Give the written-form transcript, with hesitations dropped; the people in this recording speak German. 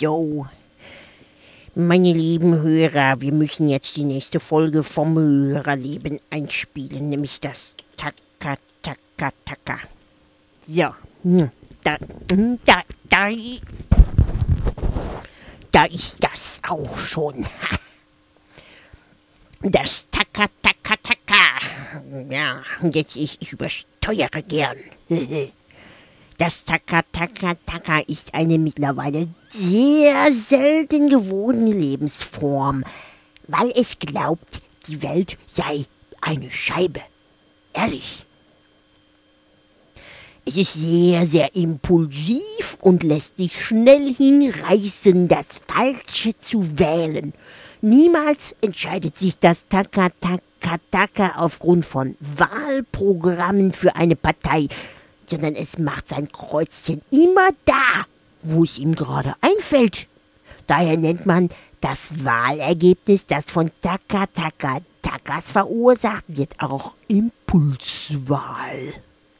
So, meine lieben Hörer, wir müssen jetzt die nächste Folge vom Hörerleben einspielen, nämlich das Taka Taka Taka. So, da ist das auch schon. Das Taka Taka Taka. Ja, und jetzt ich übersteuere gern. Das Taka Taka Taka ist eine mittlerweile sehr selten gewordene Lebensform, weil es glaubt, die Welt sei eine Scheibe. Ehrlich. Es ist sehr, sehr impulsiv und lässt sich schnell hinreißen, das Falsche zu wählen. Niemals entscheidet sich das Taka Taka Taka aufgrund von Wahlprogrammen für eine Partei, sondern es macht sein Kreuzchen immer da, wo es ihm gerade einfällt. Daher nennt man das Wahlergebnis, das von Taka Taka Takas verursacht wird, auch Impulswahl.